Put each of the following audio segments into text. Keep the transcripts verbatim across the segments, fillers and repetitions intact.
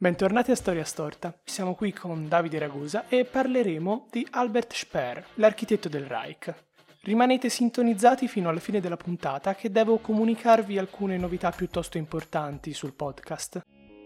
Bentornati a Storia Storta, siamo qui con Davide Ragusa e parleremo di Albert Speer, l'architetto del Reich. Rimanete sintonizzati fino alla fine della puntata che devo comunicarvi alcune novità piuttosto importanti sul podcast.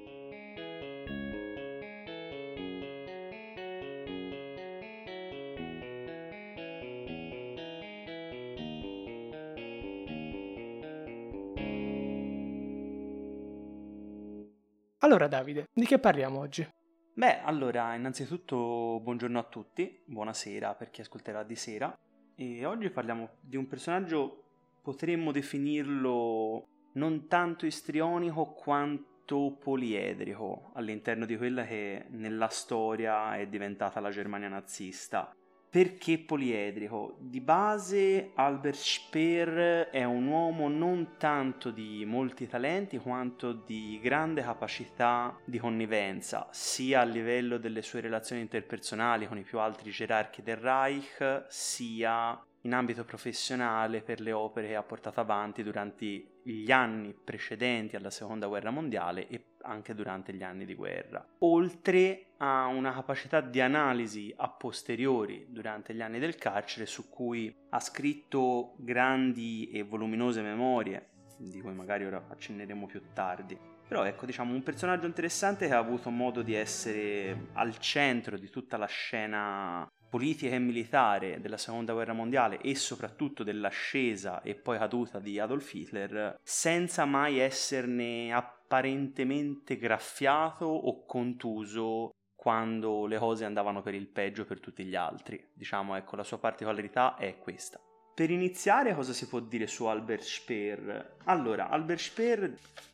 Allora Davide, di che parliamo oggi? Beh, allora, innanzitutto buongiorno a tutti, buonasera per chi ascolterà di sera. E oggi parliamo di un personaggio, potremmo definirlo non tanto istrionico quanto poliedrico all'interno di quella che nella storia è diventata la Germania nazista. Perché poliedrico? Di base Albert Speer è un uomo non tanto di molti talenti quanto di grande capacità di connivenza, sia a livello delle sue relazioni interpersonali con i più alti gerarchi del Reich, sia in ambito professionale per le opere che ha portato avanti durante gli anni precedenti alla Seconda Guerra Mondiale e anche durante gli anni di guerra, oltre a una capacità di analisi a posteriori durante gli anni del carcere su cui ha scritto grandi e voluminose memorie, di cui magari ora accenneremo più tardi. Però ecco, diciamo, un personaggio interessante che ha avuto modo di essere al centro di tutta la scena politica e militare della Seconda Guerra Mondiale e soprattutto dell'ascesa e poi caduta di Adolf Hitler, senza mai esserne apparentemente graffiato o contuso quando le cose andavano per il peggio per tutti gli altri. Diciamo, ecco, la sua particolarità è questa. Per iniziare, cosa si può dire su Albert Speer? Allora, Albert Speer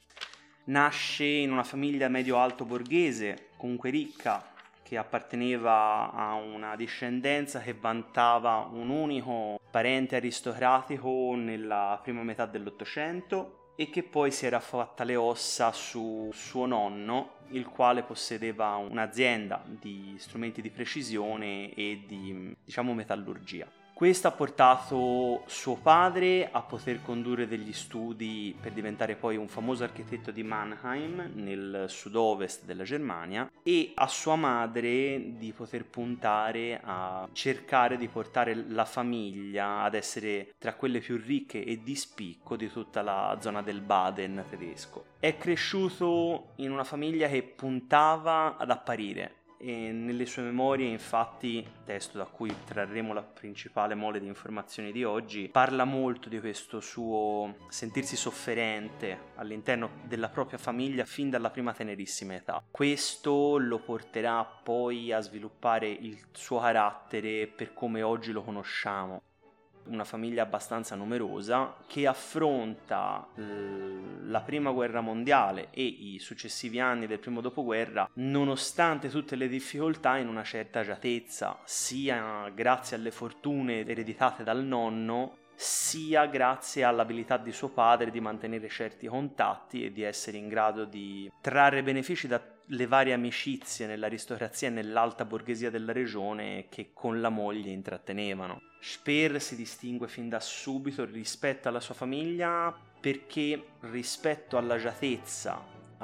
nasce in una famiglia medio-alto borghese, comunque ricca, che apparteneva a una discendenza che vantava un unico parente aristocratico nella prima metà dell'Ottocento e che poi si era fatta le ossa su suo nonno, il quale possedeva un'azienda di strumenti di precisione e di, diciamo, metallurgia. Questo ha portato suo padre a poter condurre degli studi per diventare poi un famoso architetto di Mannheim, nel sud-ovest della Germania, e a sua madre di poter puntare a cercare di portare la famiglia ad essere tra quelle più ricche e di spicco di tutta la zona del Baden tedesco. È cresciuto in una famiglia che puntava ad apparire. E nelle sue memorie, infatti, testo da cui trarremo la principale mole di informazioni di oggi, parla molto di questo suo sentirsi sofferente all'interno della propria famiglia fin dalla prima tenerissima età. Questo lo porterà poi a sviluppare il suo carattere per come oggi lo conosciamo. Una famiglia abbastanza numerosa che affronta l- la prima guerra mondiale e i successivi anni del primo dopoguerra nonostante tutte le difficoltà in una certa agiatezza, sia grazie alle fortune ereditate dal nonno sia grazie all'abilità di suo padre di mantenere certi contatti e di essere in grado di trarre benefici dalle varie amicizie nell'aristocrazia e nell'alta borghesia della regione che con la moglie intrattenevano. Speer si distingue fin da subito rispetto alla sua famiglia perché rispetto all'agiatezza,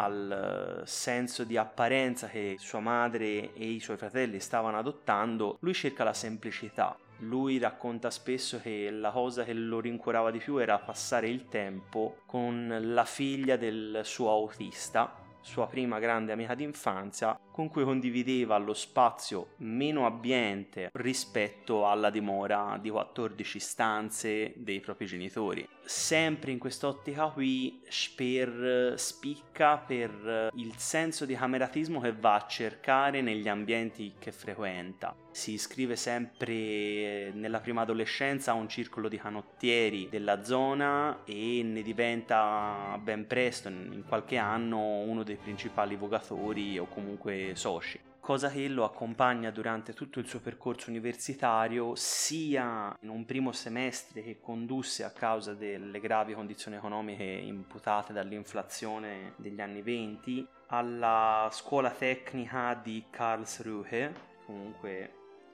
al senso di apparenza che sua madre e i suoi fratelli stavano adottando, lui cerca la semplicità. Lui racconta spesso che la cosa che lo rincuorava di più era passare il tempo con la figlia del suo autista, sua prima grande amica d'infanzia, con cui condivideva lo spazio meno abbiente rispetto alla dimora di quattordici stanze dei propri genitori. Sempre in quest'ottica qui Speer spicca per il senso di cameratismo che va a cercare negli ambienti che frequenta. Si iscrive sempre nella prima adolescenza a un circolo di canottieri della zona e ne diventa ben presto, in qualche anno, uno dei principali vogatori o comunque soci. Cosa che lo accompagna durante tutto il suo percorso universitario, sia in un primo semestre che condusse a causa delle gravi condizioni economiche imputate dall'inflazione degli anni venti, alla scuola tecnica di Karlsruhe, comunque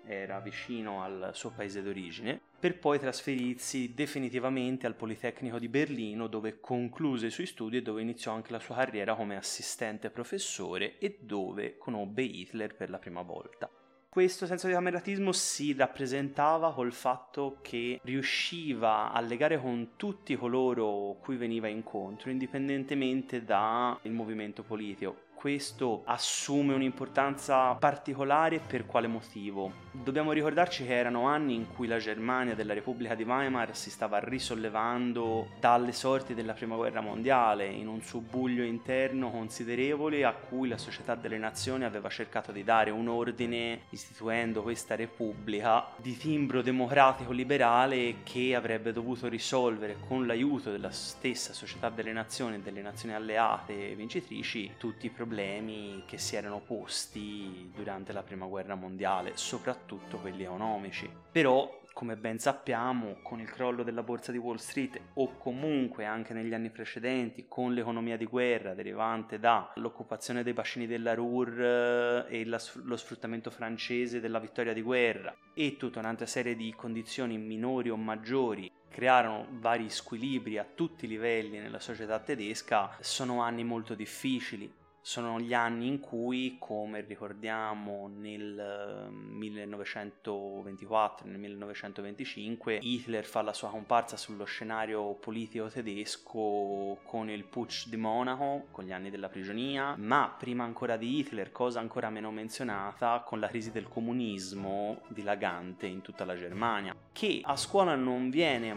era vicino al suo paese d'origine, per poi trasferirsi definitivamente al Politecnico di Berlino, dove concluse i suoi studi e dove iniziò anche la sua carriera come assistente professore e dove conobbe Hitler per la prima volta. Questo senso di cameratismo si rappresentava col fatto che riusciva a legare con tutti coloro cui veniva incontro, indipendentemente dal movimento politico. Questo assume un'importanza particolare per quale motivo? Dobbiamo ricordarci che erano anni in cui la Germania della Repubblica di Weimar si stava risollevando dalle sorti della Prima Guerra Mondiale, in un subbuglio interno considerevole a cui la Società delle Nazioni aveva cercato di dare un ordine istituendo questa Repubblica di timbro democratico liberale che avrebbe dovuto risolvere con l'aiuto della stessa Società delle Nazioni e delle Nazioni alleate vincitrici tutti i problemi problemi che si erano posti durante la Prima Guerra Mondiale, soprattutto quelli economici. Però, come ben sappiamo, con il crollo della borsa di Wall Street o comunque anche negli anni precedenti, con l'economia di guerra derivante dall'occupazione dei bacini della Ruhr e la, lo sfruttamento francese della vittoria di guerra e tutta un'altra serie di condizioni minori o maggiori crearono vari squilibri a tutti i livelli nella società tedesca, sono anni molto difficili. Sono gli anni in cui, come ricordiamo, nel millenovecentoventiquattro, nel millenovecentoventicinque, Hitler fa la sua comparsa sullo scenario politico tedesco con il Putsch di Monaco, con gli anni della prigionia, ma prima ancora di Hitler, cosa ancora meno menzionata, con la crisi del comunismo dilagante in tutta la Germania, che a scuola non viene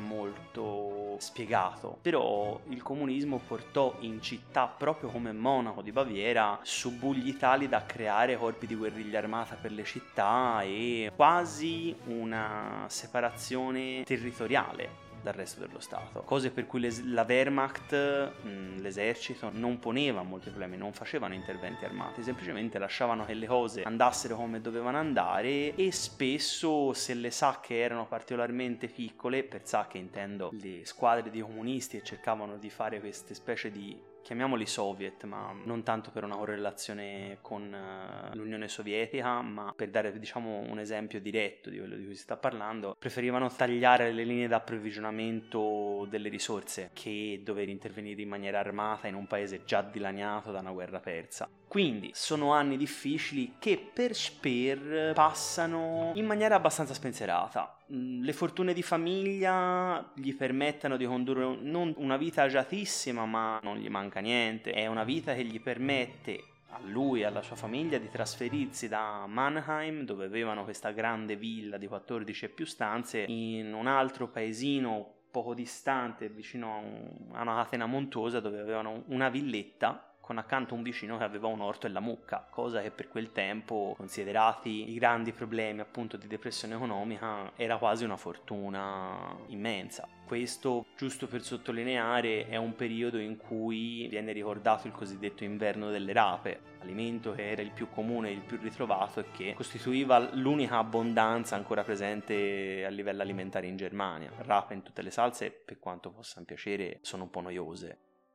molto spiegato, però il comunismo portò in città proprio come Monaco di Baviera subbugli tali da creare corpi di guerriglia armata per le città e quasi una separazione territoriale dal resto dello Stato, cose per cui les- la Wehrmacht, mh, l'esercito, non poneva molti problemi, non facevano interventi armati, semplicemente lasciavano che le cose andassero come dovevano andare e spesso, se le sacche erano particolarmente piccole, per sacche intendo le squadre di comunisti che cercavano di fare queste specie di, chiamiamoli soviet, ma non tanto per una correlazione con uh, l'Unione Sovietica, ma per dare, diciamo, un esempio diretto di quello di cui si sta parlando, preferivano tagliare le linee d'approvvigionamento delle risorse che dover intervenire in maniera armata in un paese già dilaniato da una guerra persa. Quindi sono anni difficili che per Speer passano in maniera abbastanza spensierata. Le fortune di famiglia gli permettono di condurre non una vita agiatissima, ma non gli manca niente. È una vita che gli permette a lui e alla sua famiglia di trasferirsi da Mannheim, dove avevano questa grande villa di quattordici e più stanze, in un altro paesino poco distante, vicino a, un, a una catena montuosa, dove avevano una villetta con accanto un vicino che aveva un orto e la mucca, cosa che per quel tempo, considerati i grandi problemi appunto di depressione economica, era quasi una fortuna immensa. Questo, giusto per sottolineare, è un periodo in cui viene ricordato il cosiddetto inverno delle rape, alimento che era il più comune e il più ritrovato e che costituiva l'unica abbondanza ancora presente a livello alimentare in Germania. Rape in tutte le salse, per quanto possano piacere, sono un po' noiose.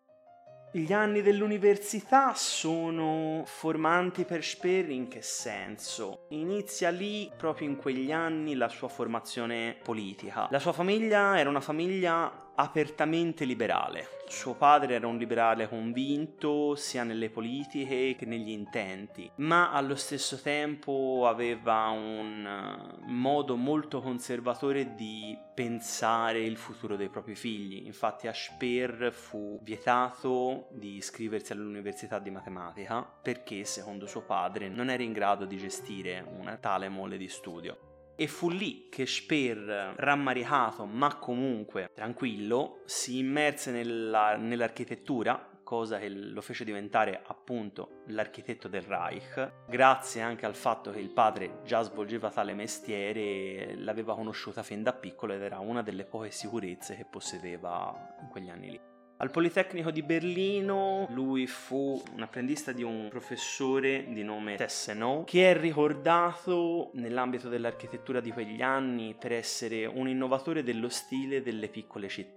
Gli anni dell'università sono formanti per Speer in che senso? Inizia lì, proprio in quegli anni, la sua formazione politica. La sua famiglia era una famiglia apertamente liberale. Suo padre era un liberale convinto sia nelle politiche che negli intenti, ma allo stesso tempo aveva un modo molto conservatore di pensare il futuro dei propri figli. Infatti a Speer fu vietato di iscriversi all'università di matematica perché, secondo suo padre, non era in grado di gestire una tale mole di studio. E fu lì che Speer, rammaricato ma comunque tranquillo, si immerse nella, nell'architettura, cosa che lo fece diventare appunto l'architetto del Reich, grazie anche al fatto che il padre già svolgeva tale mestiere, l'aveva conosciuta fin da piccolo ed era una delle poche sicurezze che possedeva in quegli anni lì. Al Politecnico di Berlino lui fu un apprendista di un professore di nome Tessenow, che è ricordato nell'ambito dell'architettura di quegli anni per essere un innovatore dello stile delle piccole città.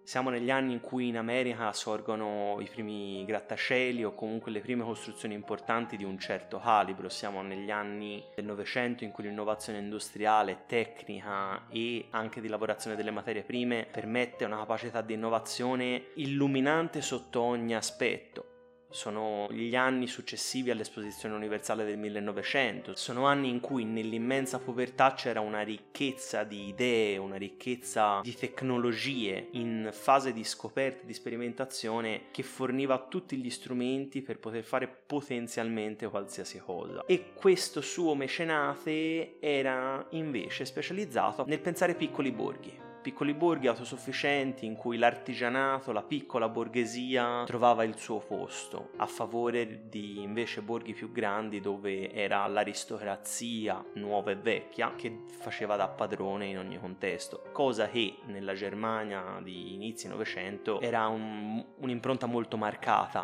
Siamo negli anni in cui in America sorgono i primi grattacieli o comunque le prime costruzioni importanti di un certo calibro. Siamo negli anni del Novecento in cui l'innovazione industriale, tecnica e anche di lavorazione delle materie prime permette una capacità di innovazione illuminante sotto ogni aspetto. Sono gli anni successivi all'Esposizione Universale del millenovecento, sono anni in cui nell'immensa povertà c'era una ricchezza di idee, una ricchezza di tecnologie in fase di scoperta e di sperimentazione che forniva tutti gli strumenti per poter fare potenzialmente qualsiasi cosa. E questo suo mecenate era invece specializzato nel pensare piccoli borghi. Piccoli borghi autosufficienti in cui l'artigianato, la piccola borghesia trovava il suo posto, a favore di invece borghi più grandi dove era l'aristocrazia nuova e vecchia che faceva da padrone in ogni contesto, cosa che nella Germania di inizi Novecento era un, un'impronta molto marcata.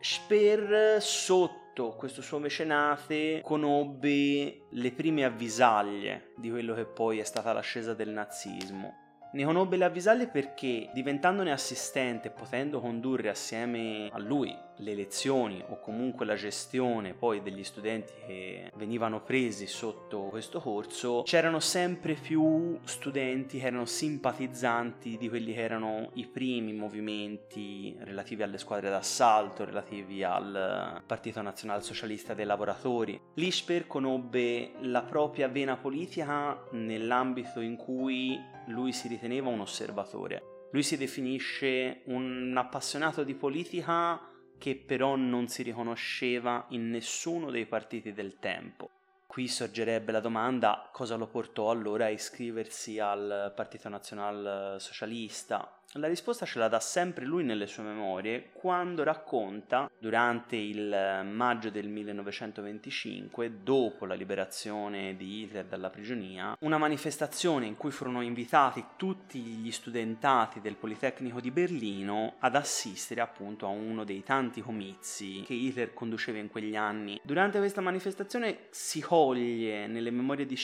Speer, sotto questo suo mecenate, conobbe le prime avvisaglie di quello che poi è stata l'ascesa del nazismo. Ne conobbe le avvisaglie perché, diventandone assistente e potendo condurre assieme a lui le lezioni o comunque la gestione poi degli studenti che venivano presi sotto questo corso, c'erano sempre più studenti che erano simpatizzanti di quelli che erano i primi movimenti relativi alle squadre d'assalto, relativi al Partito Nazionalsocialista dei Lavoratori. Lì Speer conobbe la propria vena politica nell'ambito in cui lui si riteneva un osservatore. Lui si definisce un appassionato di politica che però non si riconosceva in nessuno dei partiti del tempo. Qui sorgerebbe la domanda: cosa lo portò allora a iscriversi al Partito Nazionalsocialista? La risposta ce la dà sempre lui nelle sue memorie, quando racconta, durante il maggio del millenovecentoventicinque, dopo la liberazione di Hitler dalla prigionia, una manifestazione in cui furono invitati tutti gli studentati del Politecnico di Berlino ad assistere appunto a uno dei tanti comizi che Hitler conduceva in quegli anni. Durante questa manifestazione si coglie nelle memorie di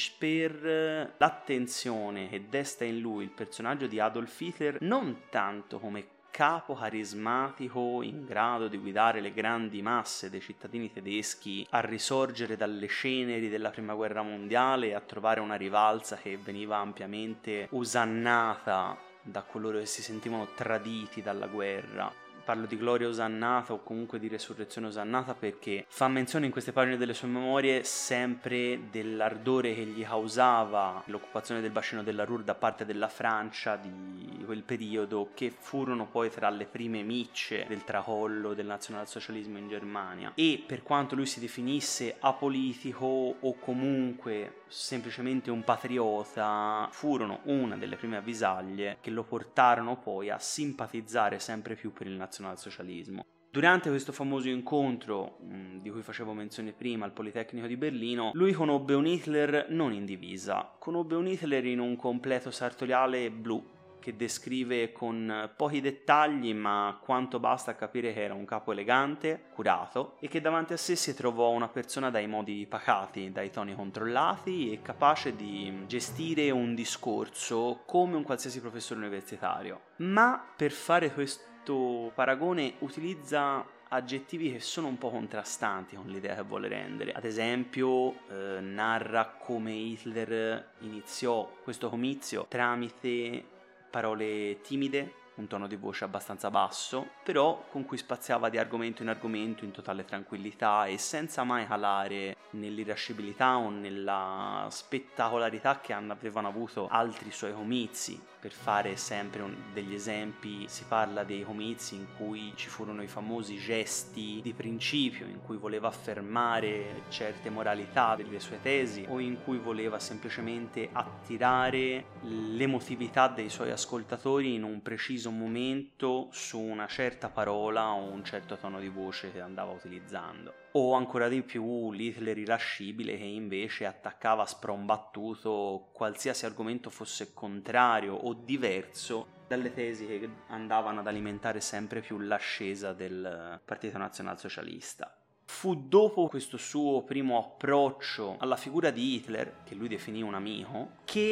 Speer l'attenzione che desta in lui il personaggio di Adolf Hitler, non tanto come capo carismatico in grado di guidare le grandi masse dei cittadini tedeschi a risorgere dalle ceneri della prima guerra mondiale e a trovare una rivalsa che veniva ampiamente osannata da coloro che si sentivano traditi dalla guerra. Parlo di gloria osannata o comunque di resurrezione osannata perché fa menzione in queste pagine delle sue memorie sempre dell'ardore che gli causava l'occupazione del bacino della Ruhr da parte della Francia di quel periodo, che furono poi tra le prime micce del tracollo del nazionalsocialismo in Germania. E per quanto lui si definisse apolitico o comunque semplicemente un patriota, furono una delle prime avvisaglie che lo portarono poi a simpatizzare sempre più per il nazionalsocialismo. Durante questo famoso incontro, mh, di cui facevo menzione prima, al Politecnico di Berlino, lui conobbe un Hitler non in divisa, conobbe un Hitler in un completo sartoriale blu, che descrive con pochi dettagli ma quanto basta a capire che era un capo elegante, curato, e che davanti a sé si trovò una persona dai modi pacati, dai toni controllati e capace di gestire un discorso come un qualsiasi professore universitario. Ma per fare questo paragone utilizza aggettivi che sono un po' contrastanti con l'idea che vuole rendere. Ad esempio, eh, narra come Hitler iniziò questo comizio tramite parole timide, un tono di voce abbastanza basso, però con cui spaziava di argomento in argomento in totale tranquillità e senza mai calare nell'irascibilità o nella spettacolarità che avevano avuto altri suoi comizi. Per fare sempre un, degli esempi, si parla dei comizi in cui ci furono i famosi gesti di principio, in cui voleva affermare certe moralità delle sue tesi o in cui voleva semplicemente attirare l'emotività dei suoi ascoltatori in un preciso momento su una certa parola o un certo tono di voce che andava utilizzando. O ancora di più l'Hitler irascibile che invece attaccava sprombattuto qualsiasi argomento fosse contrario o diverso dalle tesi che andavano ad alimentare sempre più l'ascesa del Partito Nazionalsocialista. Fu dopo questo suo primo approccio alla figura di Hitler, che lui definì un amico, che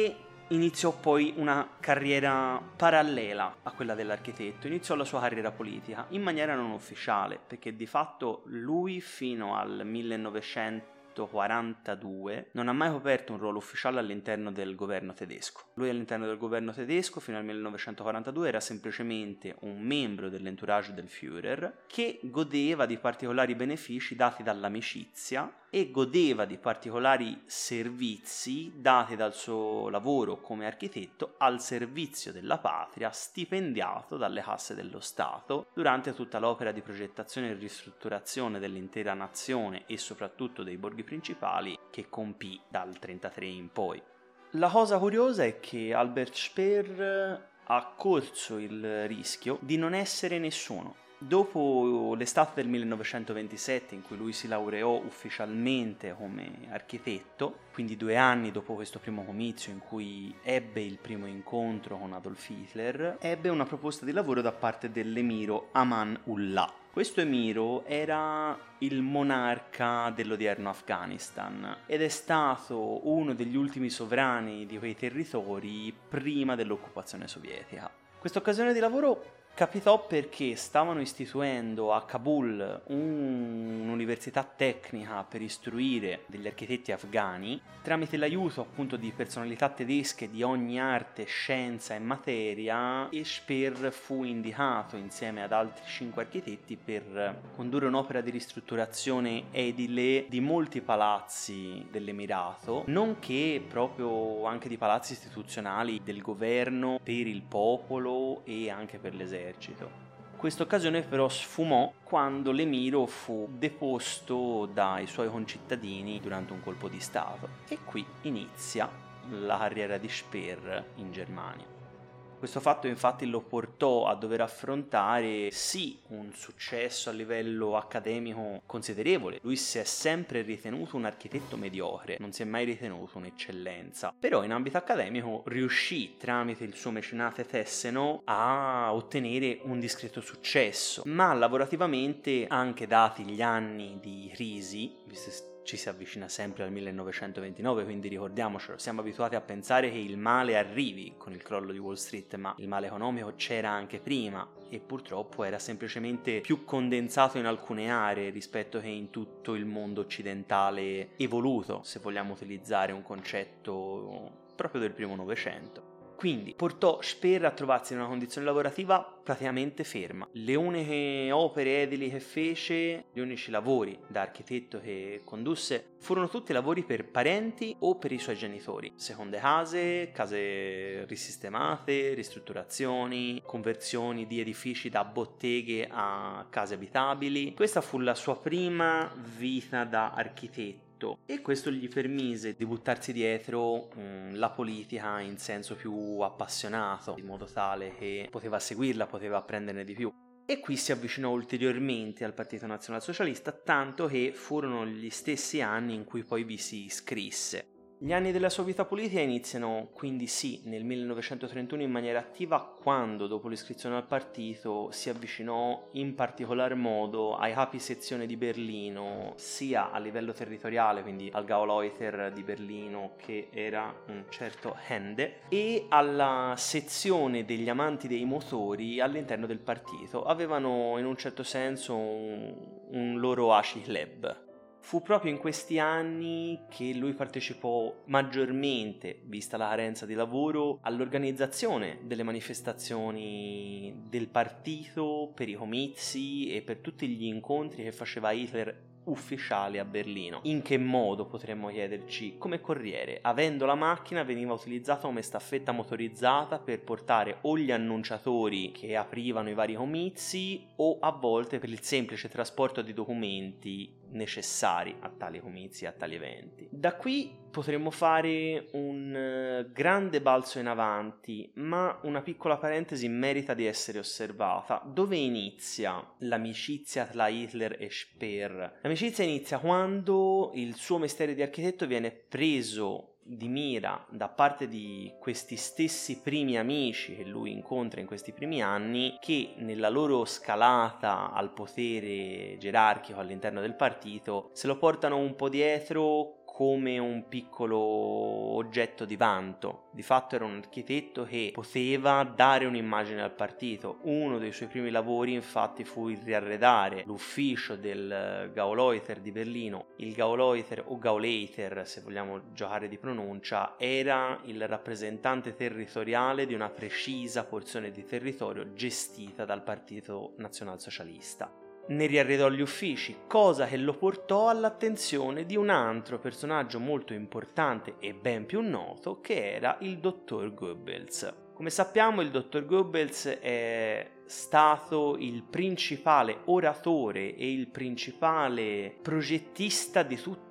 iniziò poi una carriera parallela a quella dell'architetto, iniziò la sua carriera politica in maniera non ufficiale, perché di fatto lui fino al millenovecentoquarantadue non ha mai coperto un ruolo ufficiale all'interno del governo tedesco. Lui all'interno del governo tedesco fino al millenovecentoquarantadue era semplicemente un membro dell'entourage del Führer che godeva di particolari benefici dati dall'amicizia e godeva di particolari servizi dati dal suo lavoro come architetto al servizio della patria, stipendiato dalle casse dello Stato durante tutta l'opera di progettazione e ristrutturazione dell'intera nazione e soprattutto dei borghi principali che compì dal trentatré in poi. La cosa curiosa è che Albert Speer ha corso il rischio di non essere nessuno. Dopo l'estate del millenovecentoventisette, in cui lui si laureò ufficialmente come architetto, quindi due anni dopo questo primo comizio in cui ebbe il primo incontro con Adolf Hitler, ebbe una proposta di lavoro da parte dell'emiro Aman-Ullah. Questo emiro era il monarca dell'odierno Afghanistan ed è stato uno degli ultimi sovrani di quei territori prima dell'occupazione sovietica. Questa occasione di lavoro capitò perché stavano istituendo a Kabul un'università tecnica per istruire degli architetti afghani tramite l'aiuto appunto di personalità tedesche di ogni arte, scienza e materia, e Speer fu indicato insieme ad altri cinque architetti per condurre un'opera di ristrutturazione edile di molti palazzi dell'Emirato, nonché proprio anche di palazzi istituzionali del governo per il popolo e anche per l'esercito. Questa occasione però sfumò quando l'emiro fu deposto dai suoi concittadini durante un colpo di stato e qui inizia la carriera di Speer in Germania. Questo fatto infatti lo portò a dover affrontare sì un successo a livello accademico considerevole. Lui si è sempre ritenuto un architetto mediocre, non si è mai ritenuto un'eccellenza, però in ambito accademico riuscì tramite il suo mecenate Tesseno a ottenere un discreto successo, ma lavorativamente, anche dati gli anni di crisi, visto ci si avvicina sempre al millenovecentoventinove, quindi ricordiamocelo, siamo abituati a pensare che il male arrivi con il crollo di Wall Street, ma il male economico c'era anche prima e purtroppo era semplicemente più condensato in alcune aree rispetto che in tutto il mondo occidentale evoluto, se vogliamo utilizzare un concetto proprio del primo Novecento. Quindi portò Speer a trovarsi in una condizione lavorativa praticamente ferma. Le uniche opere edili che fece, gli unici lavori da architetto che condusse, furono tutti lavori per parenti o per i suoi genitori. Seconde case, case risistemate, ristrutturazioni, conversioni di edifici da botteghe a case abitabili. Questa fu la sua prima vita da architetto. E questo gli permise di buttarsi dietro mh, la politica in senso più appassionato, in modo tale che poteva seguirla, poteva apprenderne di più. E qui si avvicinò ulteriormente al Partito Nazionalsocialista, tanto che furono gli stessi anni in cui poi vi si iscrisse. Gli anni della sua vita politica iniziano quindi sì nel millenovecentotrentuno in maniera attiva, quando dopo l'iscrizione al partito si avvicinò in particolar modo ai capi sezione di Berlino, sia a livello territoriale, quindi al Gauleiter di Berlino che era un certo Hände, e alla sezione degli amanti dei motori all'interno del partito. Avevano in un certo senso un, un loro Aci Club. Fu proprio in questi anni che lui partecipò maggiormente, vista la carenza di lavoro, all'organizzazione delle manifestazioni del partito, per i comizi e per tutti gli incontri che faceva Hitler ufficiali a Berlino. In che modo, potremmo chiederci? Come corriere. Avendo la macchina veniva utilizzata come staffetta motorizzata per portare o gli annunciatori che aprivano i vari comizi o a volte per il semplice trasporto di documenti necessari a tali comizi e a tali eventi. Da qui potremmo fare un grande balzo in avanti, ma una piccola parentesi merita di essere osservata. Dove inizia l'amicizia tra Hitler e Speer? L'amicizia inizia quando il suo mestiere di architetto viene preso di mira da parte di questi stessi primi amici che lui incontra in questi primi anni, che nella loro scalata al potere gerarchico all'interno del partito se lo portano un po' dietro come un piccolo oggetto di vanto. Di fatto era un architetto che poteva dare un'immagine al partito. Uno dei suoi primi lavori infatti fu il riarredare l'ufficio del Gauleiter di Berlino. Il Gauleiter o Gauleiter, se vogliamo giocare di pronuncia, era il rappresentante territoriale di una precisa porzione di territorio gestita dal Partito Nazionalsocialista. Ne riarredò gli uffici, cosa che lo portò all'attenzione di un altro personaggio molto importante e ben più noto, che era il dottor Goebbels. Come sappiamo, il dottor Goebbels è stato il principale oratore e il principale progettista di tutta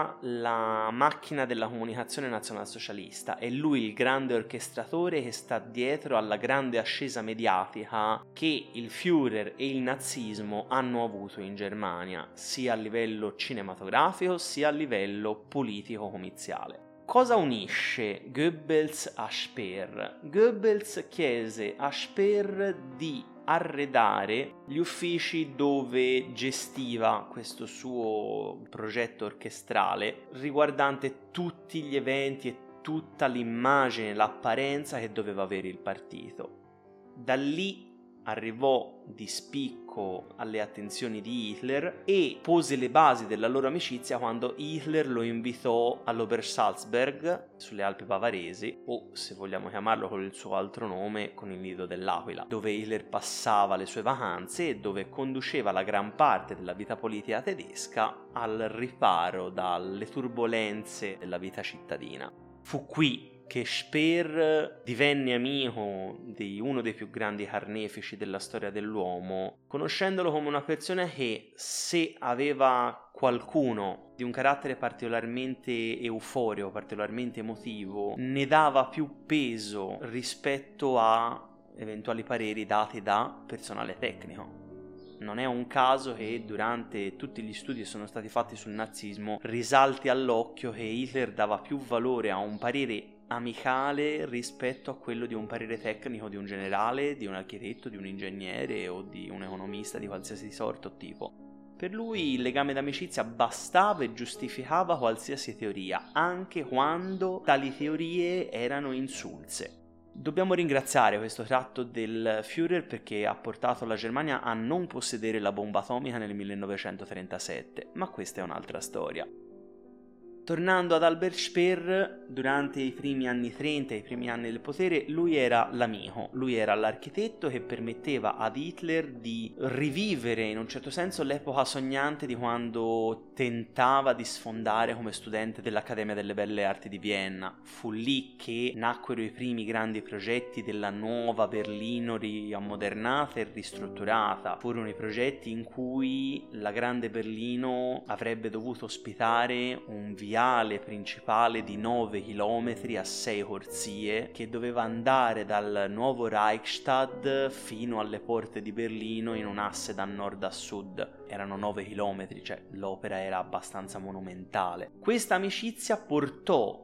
la macchina della comunicazione nazionalsocialista. È lui il grande orchestratore che sta dietro alla grande ascesa mediatica che il Führer e il nazismo hanno avuto in Germania, sia a livello cinematografico sia a livello politico-comiziale. Cosa unisce Goebbels a Speer? Goebbels chiese a Speer di arredare gli uffici dove gestiva questo suo progetto orchestrale riguardante tutti gli eventi e tutta l'immagine, l'apparenza che doveva avere il partito. Da lì arrivò di spicco alle attenzioni di Hitler e pose le basi della loro amicizia quando Hitler lo invitò all'Obersalzberg sulle Alpi bavaresi, o se vogliamo chiamarlo con il suo altro nome, con il Nido dell'Aquila, dove Hitler passava le sue vacanze e dove conduceva la gran parte della vita politica tedesca al riparo dalle turbolenze della vita cittadina. Fu qui che Speer divenne amico di uno dei più grandi carnefici della storia dell'uomo, conoscendolo come una persona che, se aveva qualcuno di un carattere particolarmente euforico, particolarmente emotivo, ne dava più peso rispetto a eventuali pareri dati da personale tecnico. Non è un caso che durante tutti gli studi che sono stati fatti sul nazismo risalti all'occhio che Hitler dava più valore a un parere amicale rispetto a quello di un parere tecnico di un generale, di un architetto, di un ingegnere o di un economista di qualsiasi sorta o tipo. Per lui il legame d'amicizia bastava e giustificava qualsiasi teoria, anche quando tali teorie erano insulse. Dobbiamo ringraziare questo tratto del Führer perché ha portato la Germania a non possedere la bomba atomica nel millenovecentotrentasette, ma questa è un'altra storia. Tornando ad Albert Speer, durante i primi anni trenta, i primi anni del potere, lui era l'amico, lui era l'architetto che permetteva ad Hitler di rivivere in un certo senso l'epoca sognante di quando tentava di sfondare come studente dell'Accademia delle Belle Arti di Vienna. Fu lì che nacquero i primi grandi progetti della nuova Berlino riammodernata e ristrutturata. Furono i progetti in cui la grande Berlino avrebbe dovuto ospitare un viaggio principale di nove chilometri a sei corsie che doveva andare dal nuovo Reichstag fino alle porte di Berlino in un asse da nord a sud. Erano nove chilometri, cioè l'opera era abbastanza monumentale. Questa amicizia portò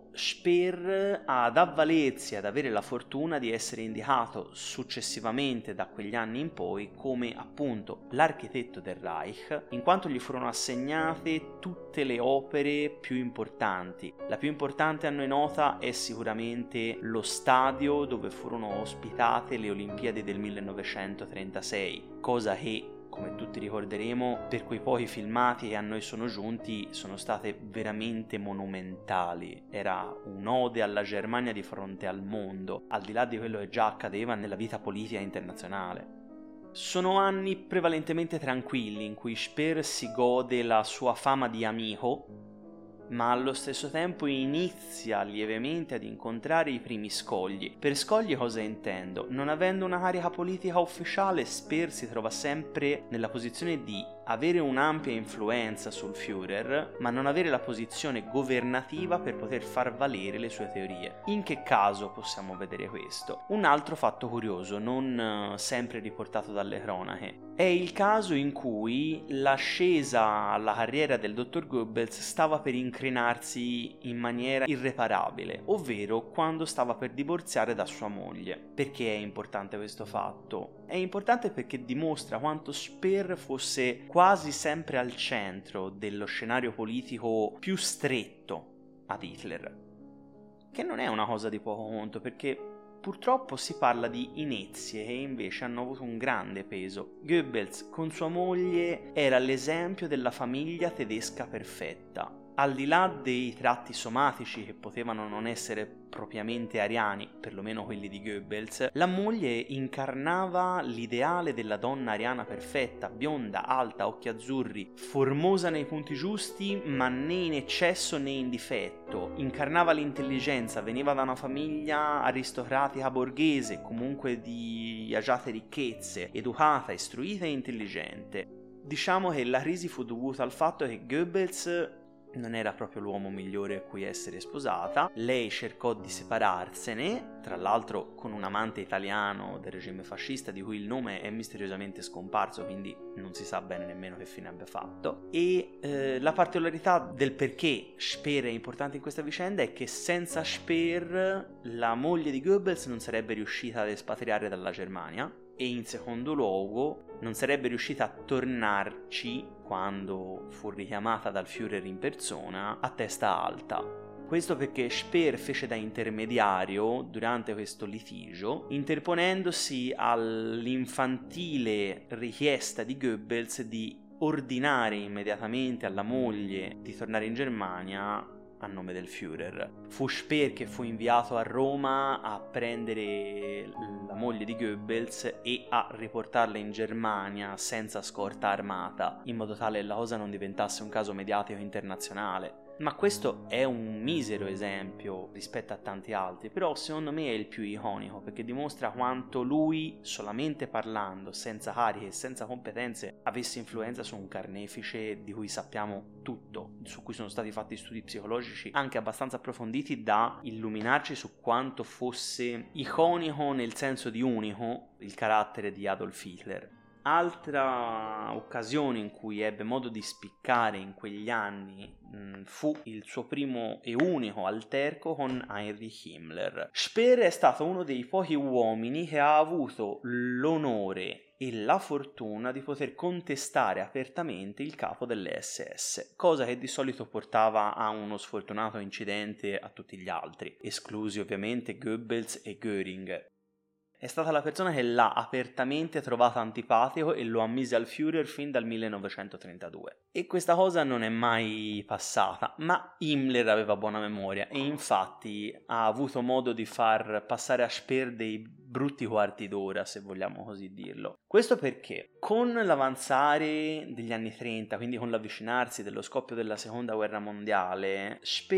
Speer ad avvalersi, ad avere la fortuna di essere indicato successivamente da quegli anni in poi come appunto l'architetto del Reich, in quanto gli furono assegnate tutte le opere più importanti. La più importante a noi nota è sicuramente lo stadio dove furono ospitate le Olimpiadi del millenovecentotrentasei, cosa che, come tutti ricorderemo, per quei pochi filmati che a noi sono giunti, sono state veramente monumentali. Era un'ode alla Germania di fronte al mondo, al di là di quello che già accadeva nella vita politica internazionale. Sono anni prevalentemente tranquilli in cui Speer si gode la sua fama di amico, ma allo stesso tempo inizia lievemente ad incontrare i primi scogli. Per scogli cosa intendo? Non avendo una carica politica ufficiale, Speer si trova sempre nella posizione di avere un'ampia influenza sul Führer, ma non avere la posizione governativa per poter far valere le sue teorie. In che caso possiamo vedere questo? Un altro fatto curioso, non uh, sempre riportato dalle cronache, è il caso in cui l'ascesa alla carriera del dottor Goebbels stava per incrinarsi in maniera irreparabile, ovvero quando stava per divorziare da sua moglie. Perché è importante questo fatto? È importante perché dimostra quanto Speer fosse quasi sempre al centro dello scenario politico più stretto ad Hitler, che non è una cosa di poco conto, perché purtroppo si parla di inezie che invece hanno avuto un grande peso. Goebbels con sua moglie era l'esempio della famiglia tedesca perfetta. Al di là dei tratti somatici che potevano non essere propriamente ariani, perlomeno quelli di Goebbels, la moglie incarnava l'ideale della donna ariana perfetta, bionda, alta, occhi azzurri, formosa nei punti giusti, ma né in eccesso né in difetto. Incarnava l'intelligenza, veniva da una famiglia aristocratica borghese, comunque di agiate ricchezze, educata, istruita e intelligente. Diciamo che la crisi fu dovuta al fatto che Goebbels non era proprio l'uomo migliore a cui essere sposata. Lei cercò di separarsene, tra l'altro con un amante italiano del regime fascista di cui il nome è misteriosamente scomparso, quindi non si sa bene nemmeno che fine abbia fatto. E eh, la particolarità del perché Speer è importante in questa vicenda è che senza Speer la moglie di Goebbels non sarebbe riuscita ad espatriare dalla Germania, e in secondo luogo non sarebbe riuscita a tornarci quando fu richiamata dal Führer in persona a testa alta. Questo perché Speer fece da intermediario durante questo litigio, interponendosi all'infantile richiesta di Goebbels di ordinare immediatamente alla moglie di tornare in Germania a nome del Führer. Fu Speer che fu inviato a Roma a prendere la moglie di Goebbels e a riportarla in Germania senza scorta armata, in modo tale che la cosa non diventasse un caso mediatico internazionale. Ma questo è un misero esempio rispetto a tanti altri, però secondo me è il più iconico, perché dimostra quanto lui, solamente parlando, senza cariche e senza competenze, avesse influenza su un carnefice di cui sappiamo tutto, su cui sono stati fatti studi psicologici anche abbastanza approfonditi da illuminarci su quanto fosse iconico nel senso di unico il carattere di Adolf Hitler. Altra occasione in cui ebbe modo di spiccare in quegli anni mh, fu il suo primo e unico alterco con Heinrich Himmler. Speer è stato uno dei pochi uomini che ha avuto l'onore e la fortuna di poter contestare apertamente il capo delle S S, cosa che di solito portava a uno sfortunato incidente a tutti gli altri, esclusi ovviamente Goebbels e Göring. È stata la persona che l'ha apertamente trovato antipatico e lo ammise al Führer fin dal millenovecentotrentadue. E questa cosa non è mai passata, ma Himmler aveva buona memoria e infatti ha avuto modo di far passare a Speer dei brutti quarti d'ora, se vogliamo così dirlo. Questo perché con l'avanzare degli anni trenta, quindi con l'avvicinarsi dello scoppio della seconda guerra mondiale,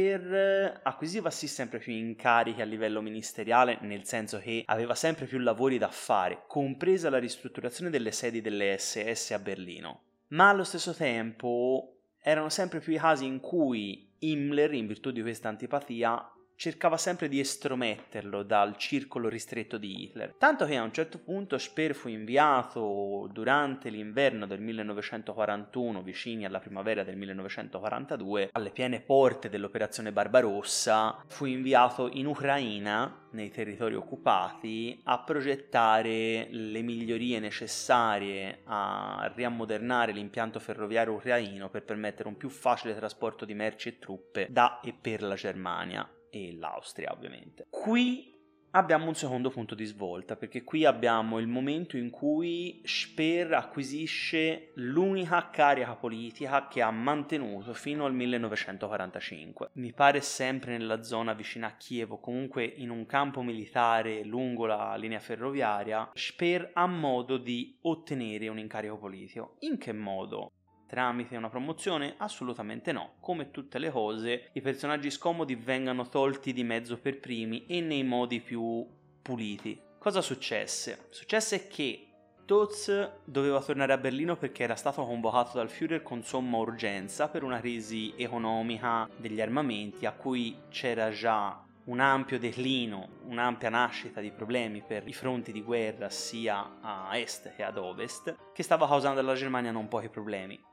Speer acquisiva sì sempre più incarichi a livello ministeriale, nel senso che aveva sempre più lavori da fare, compresa la ristrutturazione delle sedi delle S S a Berlino. Ma allo stesso tempo erano sempre più i casi in cui Himmler, in virtù di questa antipatia, cercava sempre di estrometterlo dal circolo ristretto di Hitler, tanto che a un certo punto Speer fu inviato durante l'inverno del millenovecentoquarantuno, vicini alla primavera del millenovecentoquarantadue, alle piene porte dell'operazione Barbarossa, fu inviato in Ucraina, nei territori occupati, a progettare le migliorie necessarie a riammodernare l'impianto ferroviario ucraino per permettere un più facile trasporto di merci e truppe da e per la Germania e l'Austria, ovviamente. Qui abbiamo un secondo punto di svolta, perché qui abbiamo il momento in cui Speer acquisisce l'unica carica politica che ha mantenuto fino al millenovecentoquarantacinque. Mi pare sempre nella zona vicina a Kiev, o comunque in un campo militare lungo la linea ferroviaria. Speer ha modo di ottenere un incarico politico. In che modo? Tramite una promozione? Assolutamente no. Come tutte le cose, i personaggi scomodi vengano tolti di mezzo per primi e nei modi più puliti. Cosa successe? Successe che Todts doveva tornare a Berlino perché era stato convocato dal Führer con somma urgenza per una crisi economica degli armamenti a cui c'era già un ampio declino, un'ampia nascita di problemi per i fronti di guerra sia a est che ad ovest, che stava causando alla Germania non pochi problemi.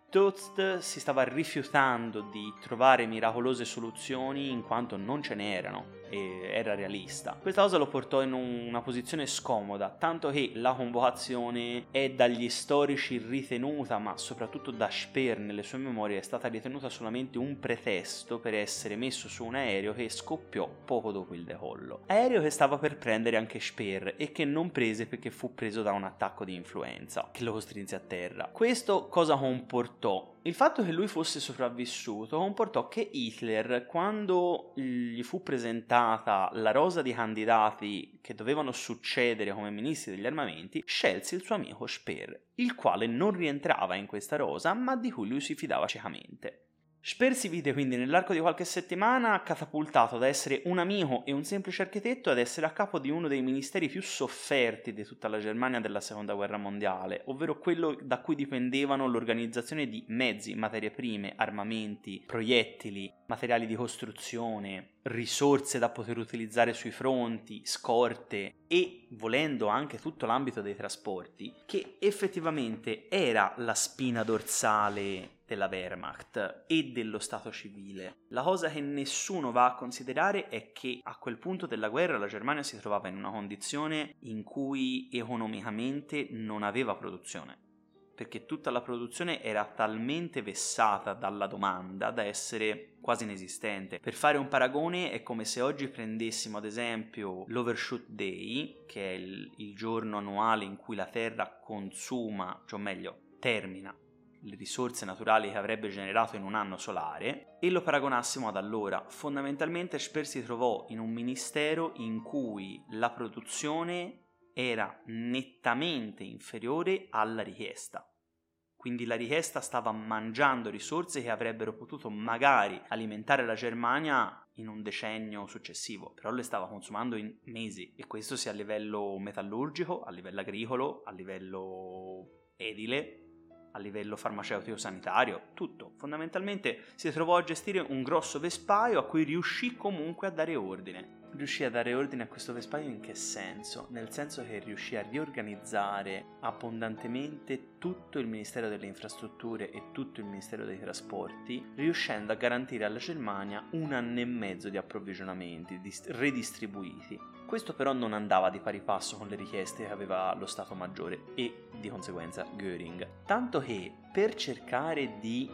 Tost si stava rifiutando di trovare miracolose soluzioni in quanto non ce n'erano e era realista. Questa cosa lo portò in una posizione scomoda, tanto che la convocazione è dagli storici ritenuta, ma soprattutto da Speer nelle sue memorie, è stata ritenuta solamente un pretesto per essere messo su un aereo che scoppiò poco dopo il decollo. Aereo che stava per prendere anche Speer e che non prese perché fu preso da un attacco di influenza che lo costrinse a terra. Questo cosa comportò? Il fatto che lui fosse sopravvissuto comportò che Hitler, quando gli fu presentata la rosa di candidati che dovevano succedere come ministri degli armamenti, scelse il suo amico Speer, il quale non rientrava in questa rosa, ma di cui lui si fidava ciecamente. Speer si vide quindi nell'arco di qualche settimana catapultato da essere un amico e un semplice architetto ad essere a capo di uno dei ministeri più sofferti di tutta la Germania della seconda guerra mondiale, ovvero quello da cui dipendevano l'organizzazione di mezzi, materie prime, armamenti, proiettili, materiali di costruzione, risorse da poter utilizzare sui fronti, scorte e, volendo, anche tutto l'ambito dei trasporti, che effettivamente era la spina dorsale della Wehrmacht e dello Stato civile. La cosa che nessuno va a considerare è che a quel punto della guerra la Germania si trovava in una condizione in cui economicamente non aveva produzione, perché tutta la produzione era talmente vessata dalla domanda da essere quasi inesistente. Per fare un paragone è come se oggi prendessimo ad esempio l'Overshoot Day, che è il, il giorno annuale in cui la Terra consuma, cioè meglio, termina le risorse naturali che avrebbe generato in un anno solare, e lo paragonassimo ad allora. Fondamentalmente Speer si trovò in un ministero in cui la produzione era nettamente inferiore alla richiesta. Quindi la richiesta stava mangiando risorse che avrebbero potuto magari alimentare la Germania in un decennio successivo, però le stava consumando in mesi, e questo sia a livello metallurgico, a livello agricolo, a livello edile, a livello farmaceutico sanitario, tutto. Fondamentalmente si trovò a gestire un grosso vespaio a cui riuscì comunque a dare ordine. Riuscì a dare ordine a questo vespaio in che senso? Nel senso che riuscì a riorganizzare abbondantemente tutto il Ministero delle Infrastrutture e tutto il Ministero dei Trasporti, riuscendo a garantire alla Germania un anno e mezzo di approvvigionamenti dist- redistribuiti. Questo però non andava di pari passo con le richieste che aveva lo Stato Maggiore e di conseguenza Göring. Tanto che per cercare di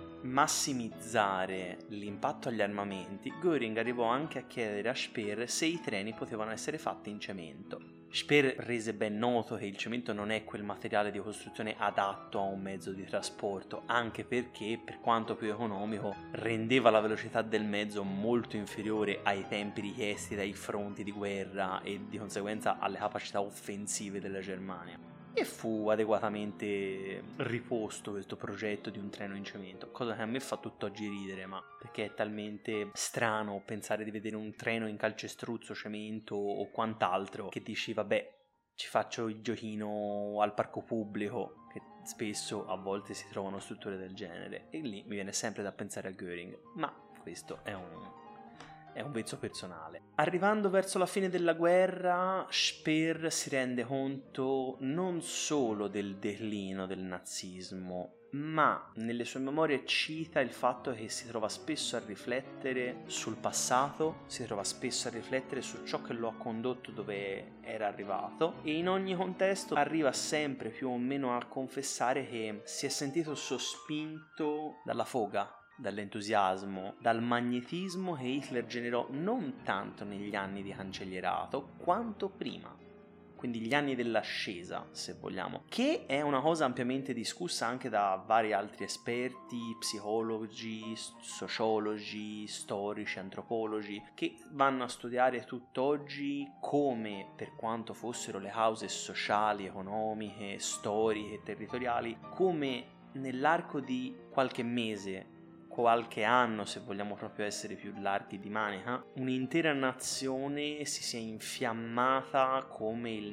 massimizzare l'impatto agli armamenti, Göring arrivò anche a chiedere a Speer se i treni potevano essere fatti in cemento. Speer rese ben noto che il cemento non è quel materiale di costruzione adatto a un mezzo di trasporto, anche perché, per quanto più economico, rendeva la velocità del mezzo molto inferiore ai tempi richiesti dai fronti di guerra e di conseguenza alle capacità offensive della Germania. E fu adeguatamente riposto questo progetto di un treno in cemento, cosa che a me fa tutt'oggi ridere, ma perché è talmente strano pensare di vedere un treno in calcestruzzo, cemento o quant'altro, che dici vabbè, ci faccio il giochino al parco pubblico, che spesso a volte si trovano strutture del genere, e lì mi viene sempre da pensare a Göring, ma questo è un... è un vezzo personale. Arrivando verso la fine della guerra, Speer si rende conto non solo del declino del nazismo, ma nelle sue memorie cita il fatto che si trova spesso a riflettere sul passato, si trova spesso a riflettere su ciò che lo ha condotto dove era arrivato, e in ogni contesto arriva sempre più o meno a confessare che si è sentito sospinto dalla foga, dall'entusiasmo, dal magnetismo che Hitler generò non tanto negli anni di cancellierato quanto prima, quindi gli anni dell'ascesa, se vogliamo, che è una cosa ampiamente discussa anche da vari altri esperti, psicologi, sociologi, storici, antropologi, che vanno a studiare tutt'oggi come, per quanto fossero le cause sociali, economiche, storiche, territoriali, come nell'arco di qualche mese, qualche anno, se vogliamo proprio essere più larghi di manica, un'intera nazione si sia infiammata come il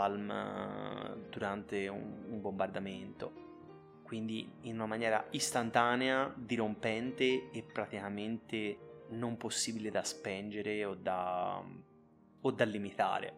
napalm durante un, un bombardamento, quindi in una maniera istantanea, dirompente e praticamente non possibile da spengere o da, o da limitare.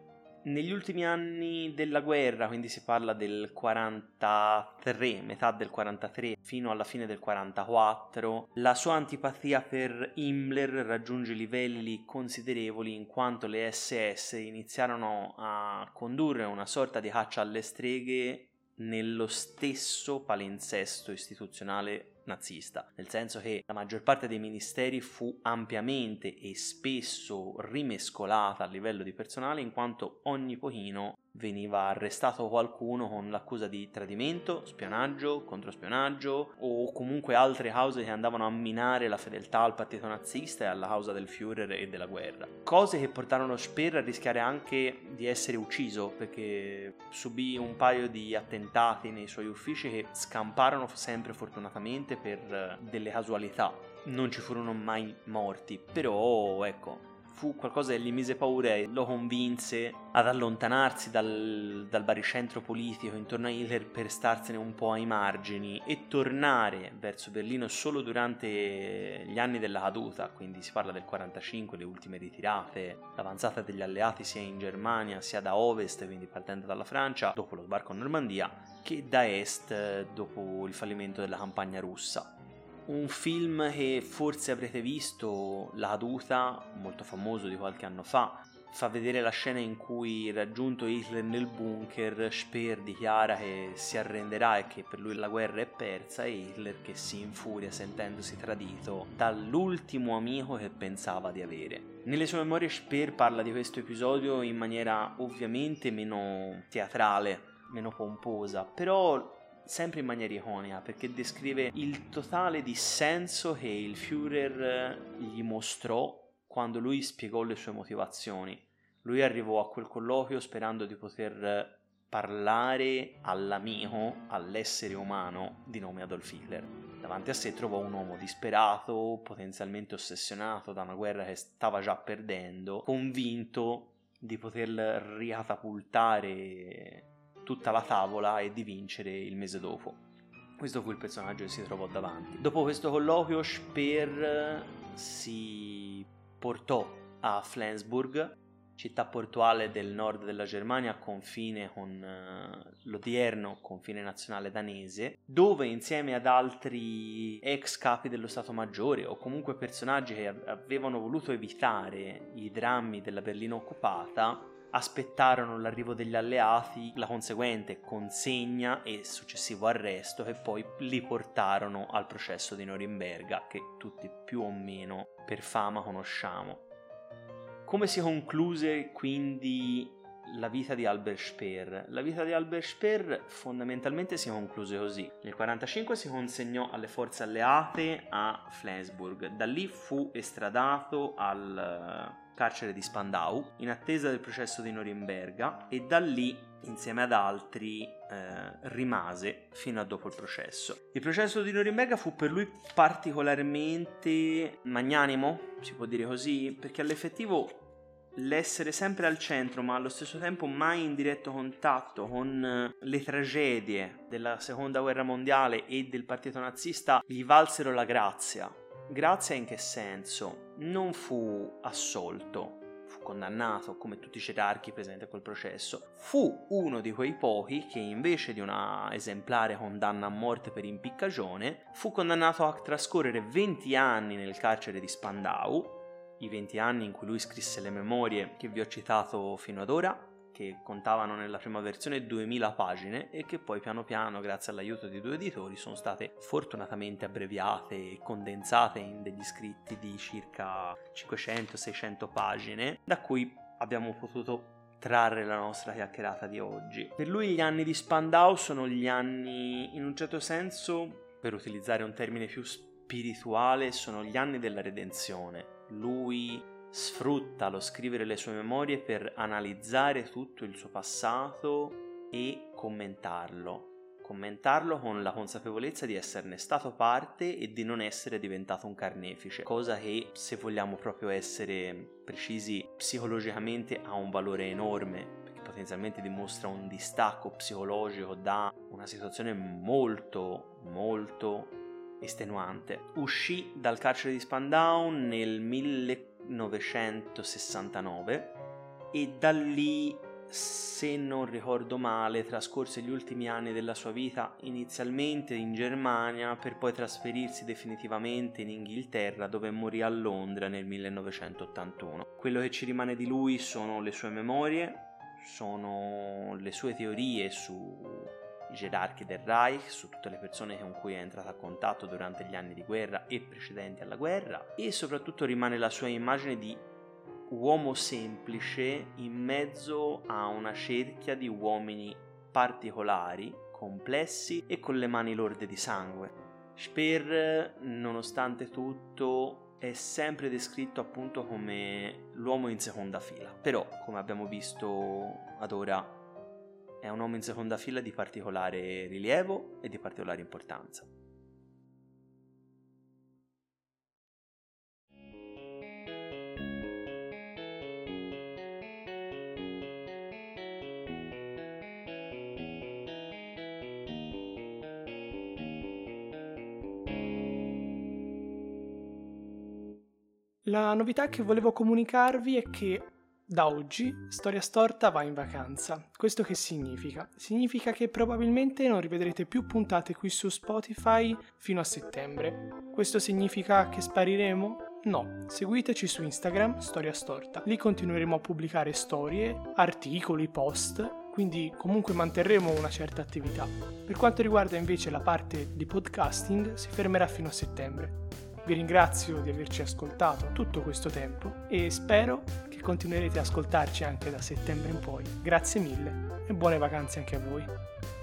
Negli ultimi anni della guerra, quindi si parla del quarantatré, metà del quarantatré fino alla fine del quarantaquattro, la sua antipatia per Himmler raggiunge livelli considerevoli in quanto le esse esse iniziarono a condurre una sorta di caccia alle streghe nello stesso palinsesto istituzionale nazista, nel senso che la maggior parte dei ministeri fu ampiamente e spesso rimescolata a livello di personale, in quanto ogni pochino veniva arrestato qualcuno con l'accusa di tradimento, spionaggio, controspionaggio o comunque altre cause che andavano a minare la fedeltà al partito nazista e alla causa del Führer e della guerra. Cose che portarono Speer a rischiare anche di essere ucciso, perché subì un paio di attentati nei suoi uffici che scamparono sempre fortunatamente per delle casualità. Non ci furono mai morti, però ecco, fu qualcosa che gli mise paura e lo convinse ad allontanarsi dal, dal baricentro politico intorno a Hitler per starsene un po' ai margini e tornare verso Berlino solo durante gli anni della caduta, quindi si parla del quarantacinque, le ultime ritirate, l'avanzata degli alleati sia in Germania sia da ovest, quindi partendo dalla Francia dopo lo sbarco in Normandia, che da est dopo il fallimento della campagna russa. Un film che forse avrete visto, La caduta, molto famoso di qualche anno fa, fa vedere la scena in cui, raggiunto Hitler nel bunker, Speer dichiara che si arrenderà e che per lui la guerra è persa, e Hitler che si infuria sentendosi tradito dall'ultimo amico che pensava di avere. Nelle sue memorie Speer parla di questo episodio in maniera ovviamente meno teatrale, meno pomposa, però sempre in maniera iconica, perché descrive il totale dissenso che il Führer gli mostrò quando lui spiegò le sue motivazioni. Lui arrivò a quel colloquio sperando di poter parlare all'amico, all'essere umano di nome Adolf Hitler. Davanti a sé trovò un uomo disperato, potenzialmente ossessionato da una guerra che stava già perdendo, convinto di poter ricatapultare tutta la tavola e di vincere il mese dopo. Questo fu il personaggio che si trovò davanti. Dopo questo colloquio Speer si portò a Flensburg, città portuale del nord della Germania a confine con uh, l'odierno confine nazionale danese, dove insieme ad altri ex capi dello Stato Maggiore o comunque personaggi che avevano voluto evitare i drammi della Berlino occupata aspettarono l'arrivo degli alleati, la conseguente consegna e successivo arresto, che poi li portarono al processo di Norimberga, che tutti più o meno per fama conosciamo. Come si concluse quindi la vita di Albert Speer? La vita di Albert Speer fondamentalmente si concluse così. Nel quarantacinque si consegnò alle forze alleate a Flensburg, da lì fu estradato al carcere di Spandau in attesa del processo di Norimberga e da lì insieme ad altri eh, rimase fino a dopo il processo. Il processo di Norimberga fu per lui particolarmente magnanimo, si può dire così, perché all'effettivo l'essere sempre al centro ma allo stesso tempo mai in diretto contatto con le tragedie della seconda guerra mondiale e del partito nazista gli valsero la grazia. Grazia in che senso? Non fu assolto, fu condannato come tutti i gerarchi presenti a quel processo. Fu uno di quei pochi che invece di una esemplare condanna a morte per impiccagione fu condannato a trascorrere venti anni nel carcere di Spandau, i venti anni in cui lui scrisse le memorie che vi ho citato fino ad ora, che contavano nella prima versione duemila pagine e che poi piano piano, grazie all'aiuto di due editori, sono state fortunatamente abbreviate e condensate in degli scritti di circa cinquecento seicento pagine, da cui abbiamo potuto trarre la nostra chiacchierata di oggi. Per lui gli anni di Spandau sono gli anni, in un certo senso, per utilizzare un termine più spirituale, sono gli anni della redenzione. Lui sfrutta lo scrivere le sue memorie per analizzare tutto il suo passato e commentarlo. Commentarlo con la consapevolezza di esserne stato parte e di non essere diventato un carnefice, cosa che, se vogliamo proprio essere precisi, psicologicamente ha un valore enorme, perché potenzialmente dimostra un distacco psicologico da una situazione molto, molto estenuante. Uscì dal carcere di Spandau nel millenovecentosessantanove e da lì se non ricordo male, trascorse gli ultimi anni della sua vita inizialmente in Germania per poi trasferirsi definitivamente in Inghilterra, dove morì a Londra nel millenovecentottantuno. Quello che ci rimane di lui sono le sue memorie, sono le sue teorie sui gerarchi del Reich, su tutte le persone con cui è entrato a contatto durante gli anni di guerra e precedenti alla guerra, e soprattutto rimane la sua immagine di uomo semplice in mezzo a una cerchia di uomini particolari, complessi e con le mani lorde di sangue. Speer, nonostante tutto, è sempre descritto appunto come l'uomo in seconda fila, però come abbiamo visto ad ora è un uomo in seconda fila di particolare rilievo e di particolare importanza. La novità che volevo comunicarvi è che da oggi Storia Storta va in vacanza. Questo che significa? Significa che probabilmente non rivedrete più puntate qui su Spotify fino a settembre. Questo significa che spariremo? No, seguiteci su Instagram, Storia Storta. Lì continueremo a pubblicare storie, articoli, post, quindi comunque manterremo una certa attività. Per quanto riguarda invece la parte di podcasting, si fermerà fino a settembre. Vi ringrazio di averci ascoltato tutto questo tempo e spero che continuerete ad ascoltarci anche da settembre in poi. Grazie mille e buone vacanze anche a voi.